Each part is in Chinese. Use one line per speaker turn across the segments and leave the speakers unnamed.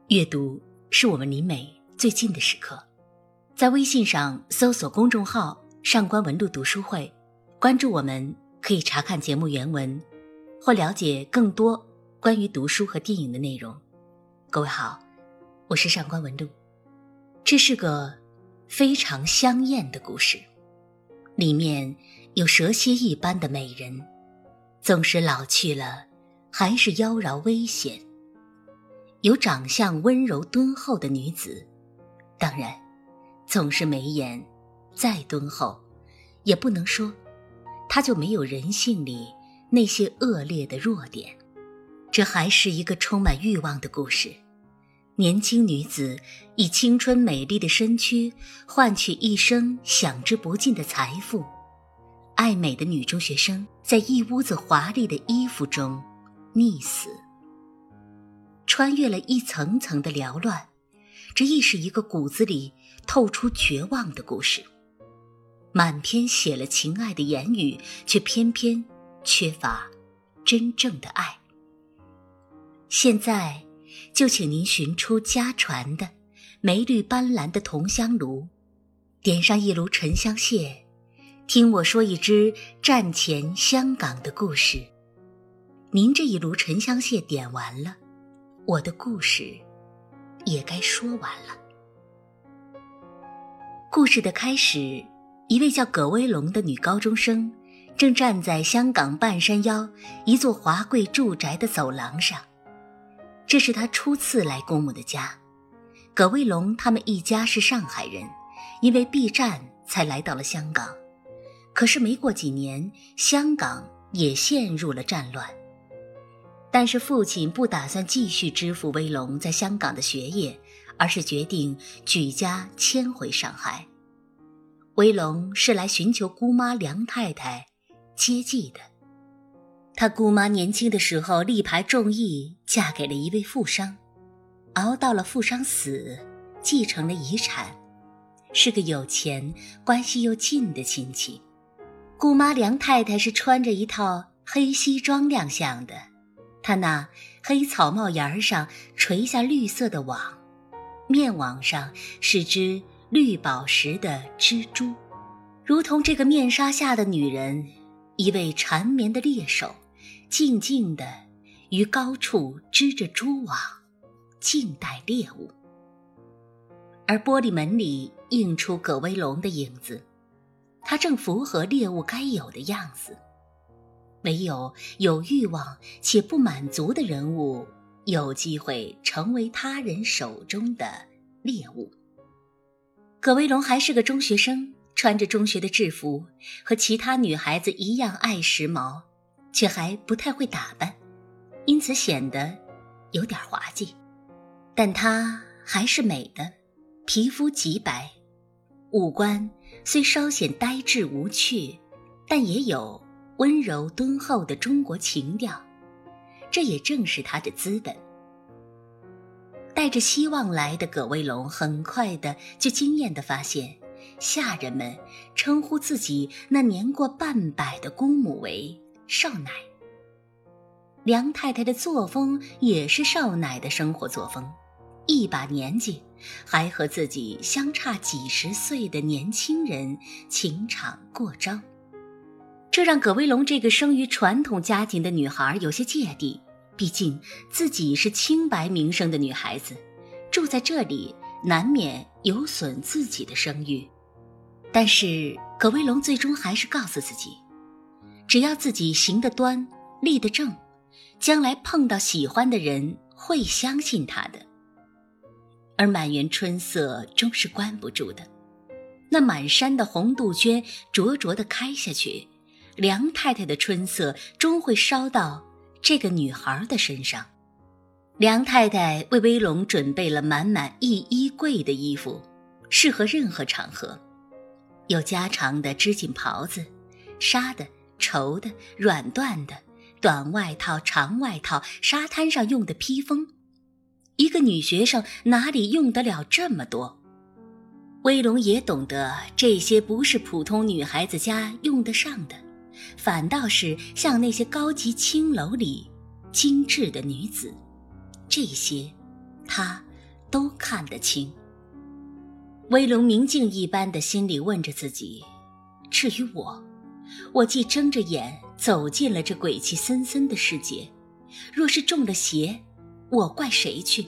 阅读是我们离美最近的时刻。在微信上搜索公众号上官文露读书会，关注我们，可以查看节目原文或了解更多关于读书和电影的内容。各位好，我是上官文露。这是个非常香艳的故事，里面有蛇蝎一般的美人，纵使老去了还是妖娆危险，有长相温柔敦厚的女子，当然纵是眉眼再敦厚，也不能说她就没有人性里那些恶劣的弱点。这还是一个充满欲望的故事，年轻女子以青春美丽的身躯换取一生享之不尽的财富，爱美的女中学生在一屋子华丽的衣服中溺死，穿越了一层层的缭乱，这亦是一个骨子里透出绝望的故事。满篇写了情爱的言语，却偏偏缺乏真正的爱。现在就请您寻出家传的梅绿斑斓的桐香炉，点上一炉沉香屑，听我说一支战前香港的故事。您这一炉沉香屑点完了，我的故事也该说完了。故事的开始，一位叫葛威龙的女高中生正站在香港半山腰一座华贵住宅的走廊上。这是她初次来姑母的家。葛威龙他们一家是上海人，因为避战才来到了香港。可是没过几年，香港也陷入了战乱。但是父亲不打算继续支付威龙在香港的学业，而是决定举家迁回上海。威龙是来寻求姑妈梁太太接济的。他姑妈年轻的时候力排众议，嫁给了一位富商，熬到了富商死，继承了遗产，是个有钱关系又近的亲戚。姑妈梁太太是穿着一套黑西装亮相的，她那黑草帽檐上垂下绿色的网，面网上是只绿宝石的蜘蛛，如同这个面纱下的女人，一位缠绵的猎手，静静地于高处织着蛛网，静待猎物。而玻璃门里映出葛威龙的影子，他正符合猎物该有的样子。唯有有欲望且不满足的人物，有机会成为他人手中的猎物。葛威龙还是个中学生，穿着中学的制服，和其他女孩子一样爱时髦，却还不太会打扮，因此显得有点滑稽。但她还是美的，皮肤极白，五官虽稍显呆滞无趣，但也有温柔敦厚的中国情调，这也正是她的资本。带着希望来的葛威龙很快的就惊艳地发现，下人们称呼自己那年过半百的姑母为少奶。梁太太的作风也是少奶的生活作风，一把年纪还和自己相差几十岁的年轻人情场过招，这让葛威龙这个生于传统家庭的女孩有些芥蒂。毕竟自己是清白名声的女孩子，住在这里难免有损自己的声誉。但是葛威龙最终还是告诉自己，只要自己行得端，立得正，将来碰到喜欢的人会相信他的。而满园春色终是关不住的，那满山的红杜鹃灼灼地开下去，梁太太的春色终会烧到这个女孩的身上。梁太太为威龙准备了满满一衣柜的衣服，适合任何场合，有家常的织锦袍子，纱的、绸的、软缎的，短外套、长外套，沙滩上用的披风。一个女学生哪里用得了这么多？威龙也懂得这些不是普通女孩子家用得上的，反倒是像那些高级青楼里精致的女子，这些他都看得清。威龙明镜一般的心里问着自己，至于我既睁着眼走进了这鬼气森森的世界，若是中了邪，我怪谁去？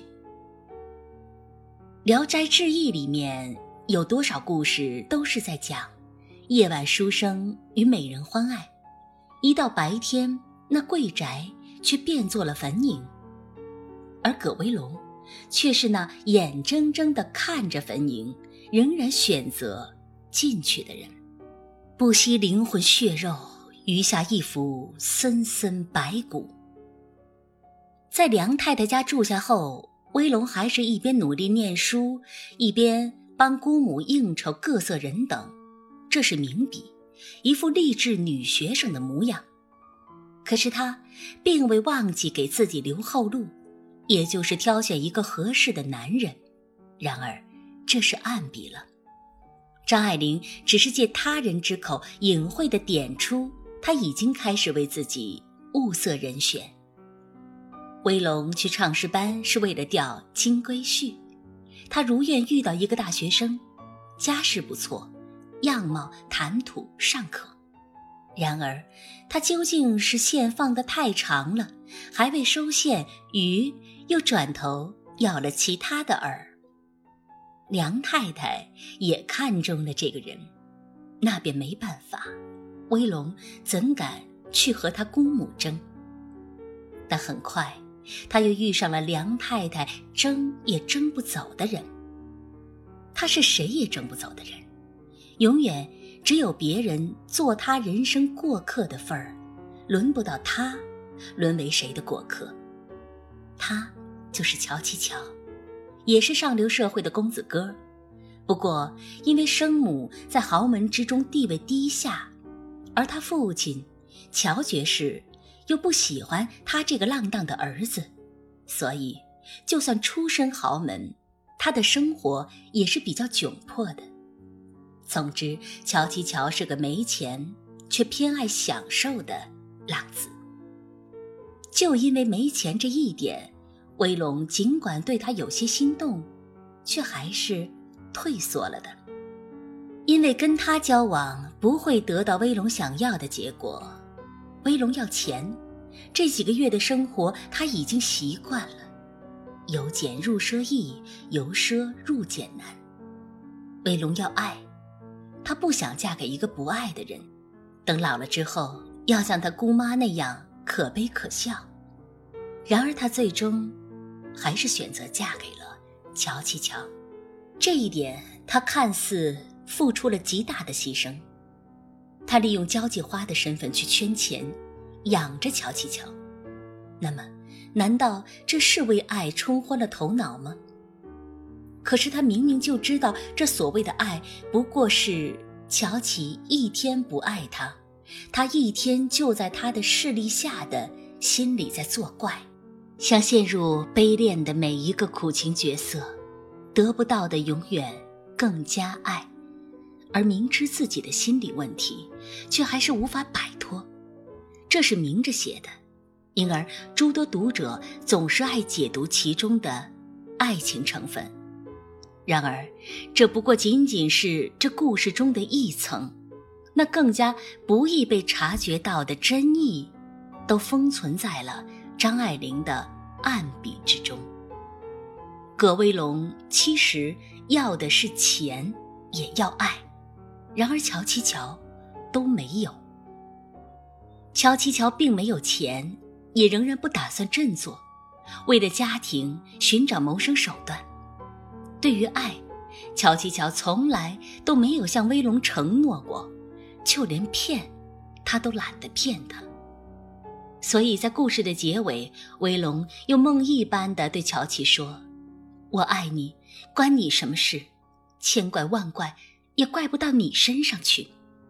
聊斋志异里面有多少故事都是在讲夜晚书生与美人欢爱，一到白天那贵宅却变作了坟茔，而葛威龙却是那眼睁睁地看着坟茔仍然选择进去的人，不惜灵魂血肉，余下一副森森白骨。在梁太太家住下后，威龙还是一边努力念书，一边帮姑母应酬各色人等，这是明笔，一副励志女学生的模样。可是他并未忘记给自己留后路，也就是挑选一个合适的男人。然而这是暗笔了，张爱玲只是借他人之口隐晦地点出，他已经开始为自己物色人选。威龙去唱诗班是为了调金龟婿，他如愿遇到一个大学生，家世不错，样貌谈吐尚可。然而他究竟是线放得太长了，还未收线，鱼又转头咬了其他的饵。梁太太也看中了这个人，那便没办法，威龙怎敢去和他姑母争？但很快他又遇上了梁太太争也争不走的人。他是谁也争不走的人，永远只有别人做他人生过客的份儿，轮不到他沦为谁的过客。他就是乔七乔，也是上流社会的公子哥，不过因为生母在豪门之中地位低下，而他父亲乔爵士又不喜欢他这个浪荡的儿子，所以就算出身豪门，他的生活也是比较窘迫的。总之，乔七乔是个没钱却偏爱享受的浪子。就因为没钱这一点，威龙尽管对他有些心动，却还是退缩了的。因为跟他交往不会得到威龙想要的结果，威龙要钱，这几个月的生活他已经习惯了，由俭入奢易，由奢入俭难。威龙要爱，他不想嫁给一个不爱的人，等老了之后要像他姑妈那样可悲可笑。然而他最终还是选择嫁给了乔七乔，这一点他看似付出了极大的牺牲。他利用交际花的身份去圈钱，养着乔七乔。那么难道这是为爱冲昏了头脑吗？可是他明明就知道，这所谓的爱不过是乔琪一天不爱他，他一天就在他的势力下的心里在作怪，像陷入悲恋的每一个苦情角色，得不到的永远更加爱，而明知自己的心理问题，却还是无法摆脱。这是明着写的，因而诸多读者总是爱解读其中的爱情成分。然而这不过仅仅是这故事中的一层，那更加不易被察觉到的真意都封存在了张爱玲的暗笔之中。葛威龙其实要的是钱，也要爱，然而乔七乔都没有。乔七乔并没有钱，也仍然不打算振作，为了家庭寻找谋生手段。对于爱，乔七乔从来都没有向威龙承诺过，就连骗他都懒得骗他。所以在故事的结尾，威龙又梦呓般地对乔琪说，我爱你，关你什么事？千怪万怪也怪不到你身上去。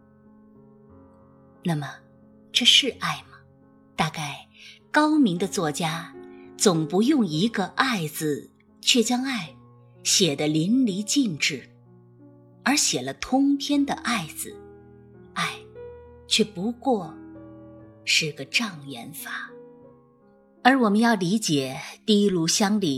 那么这是爱吗？大概高明的作家总不用一个爱字，却将爱写得淋漓尽致，而写了通篇的爱字，爱却不过是个障眼法。而我们要理解第一炉香里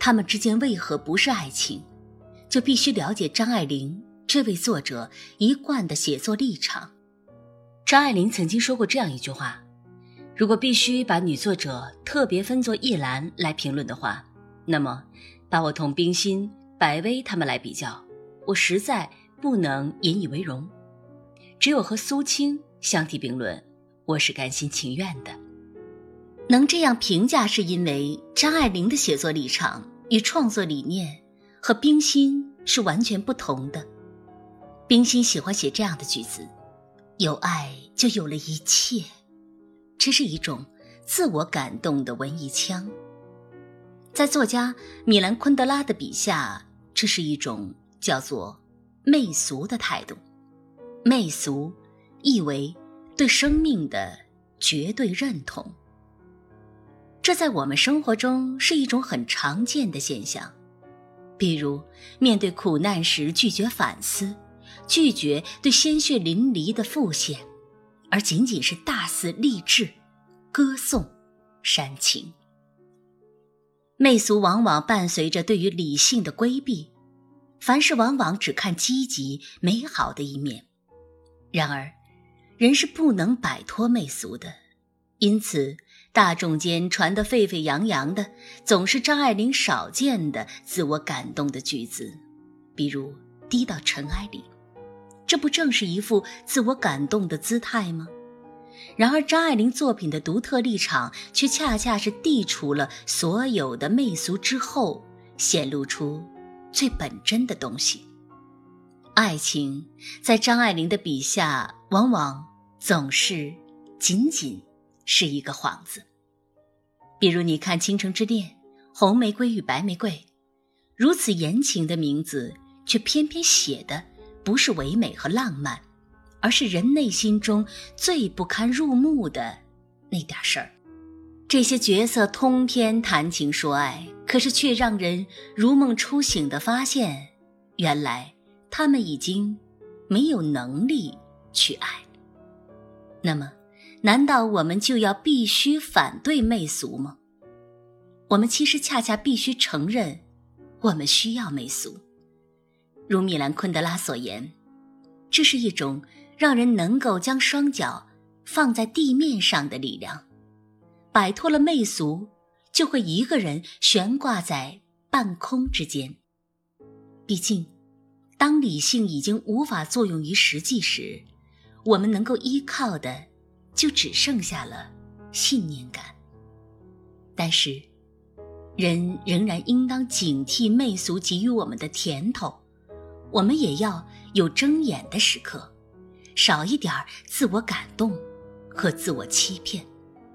他们之间为何不是爱情，就必须了解张爱玲这位作者一贯的写作立场。张爱玲曾经说过这样一句话，如果必须把女作者特别分作一栏来评论的话，那么把我同冰心、百薇他们来比较，我实在不能引以为荣。只有和苏青相提并论，我是甘心情愿的。能这样评价是因为张爱玲的写作立场与创作理念和冰心是完全不同的。冰心喜欢写这样的句子，有爱就有了一切，这是一种自我感动的文艺腔。在作家米兰昆德拉的笔下，这是一种叫做媚俗的态度。媚俗意为对生命的绝对认同，这在我们生活中是一种很常见的现象。比如面对苦难时拒绝反思，拒绝对鲜血淋漓的复现，而仅仅是大肆励志、歌颂、煽情。媚俗往往伴随着对于理性的规避，凡事往往只看积极美好的一面。然而人是不能摆脱媚俗的，因此大众间传得沸沸扬扬的总是张爱玲少见的自我感动的句子，比如滴到尘埃里，这不正是一副自我感动的姿态吗？然而张爱玲作品的独特立场却恰恰是剔除了所有的媚俗之后，显露出最本真的东西。爱情在张爱玲的笔下往往总是仅仅是一个幌子。比如你看《倾城之恋》，红玫瑰与白玫瑰，如此言情的名字，却偏偏写的不是唯美和浪漫，而是人内心中最不堪入目的那点事儿。这些角色通篇谈情说爱，可是却让人如梦初醒地发现，原来他们已经没有能力去爱。那么难道我们就要必须反对媚俗吗？我们其实恰恰必须承认，我们需要媚俗。如米兰昆德拉所言，这是一种让人能够将双脚放在地面上的力量。摆脱了媚俗，就会一个人悬挂在半空之间。毕竟当理性已经无法作用于实际时，我们能够依靠的就只剩下了信念感。但是人仍然应当警惕媚俗给予我们的甜头，我们也要有睁眼的时刻，少一点自我感动和自我欺骗。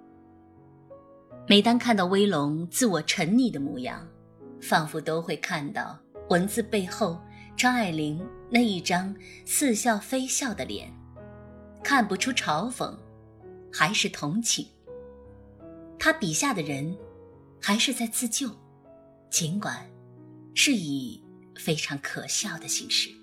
每当看到威龙自我沉溺的模样，仿佛都会看到文字背后张爱玲那一张似笑非笑的脸，看不出嘲讽，还是同情。他笔下的人还是在自救，尽管是以非常可笑的形式。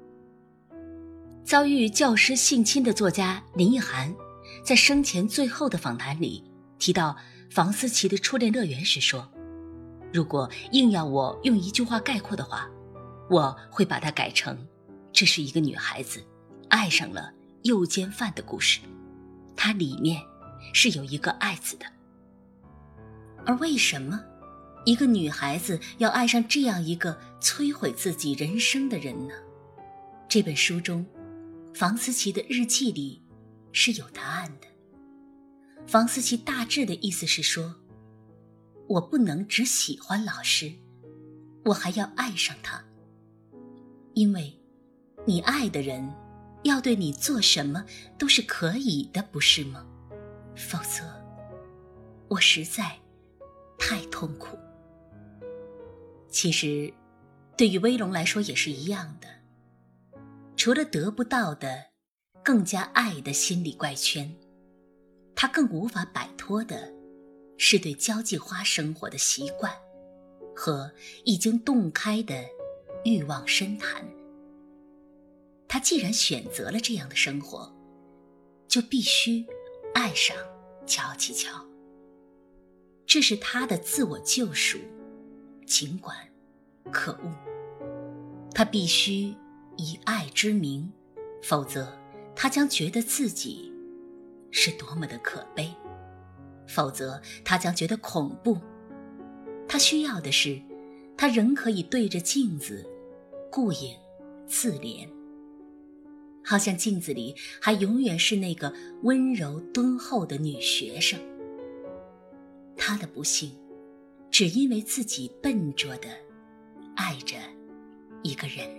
遭遇教师性侵的作家林奕含在生前最后的访谈里提到房思琪的初恋乐园时说，如果硬要我用一句话概括的话，我会把它改成，这是一个女孩子爱上了诱奸犯的故事，它里面是有一个爱字的。而为什么一个女孩子要爱上这样一个摧毁自己人生的人呢？这本书中房思琪的日记里是有答案的。房思琪大致的意思是说，我不能只喜欢老师，我还要爱上他，因为你爱的人要对你做什么都是可以的，不是吗？否则我实在太痛苦。其实对于威龙来说也是一样的，除了得不到的更加爱的心理怪圈，他更无法摆脱的是对交际花生活的习惯和已经洞开的欲望深潭。他既然选择了这样的生活，就必须爱上乔其乔，这是他的自我救赎， 尽管可恶。他必须以爱之名，否则他将觉得自己是多么的可悲，否则他将觉得恐怖。他需要的是，他仍可以对着镜子顾影自怜，好像镜子里还永远是那个温柔敦厚的女学生。他的不幸只因为自己笨拙地爱着一个人。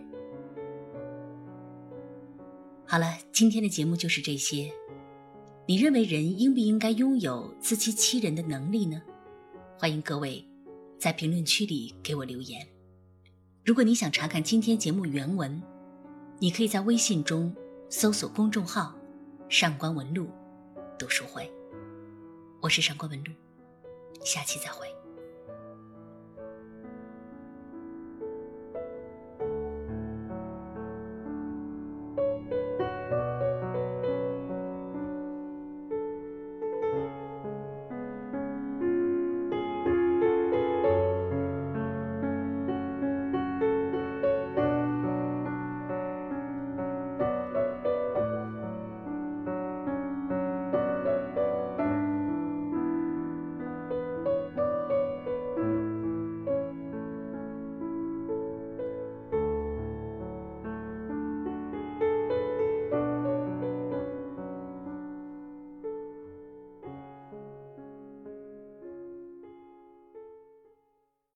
好了，今天的节目就是这些。你认为人应不应该拥有自欺欺人的能力呢？欢迎各位在评论区里给我留言。如果你想查看今天节目原文，你可以在微信中搜索公众号上官文露读书会。我是上官文露，下期再会。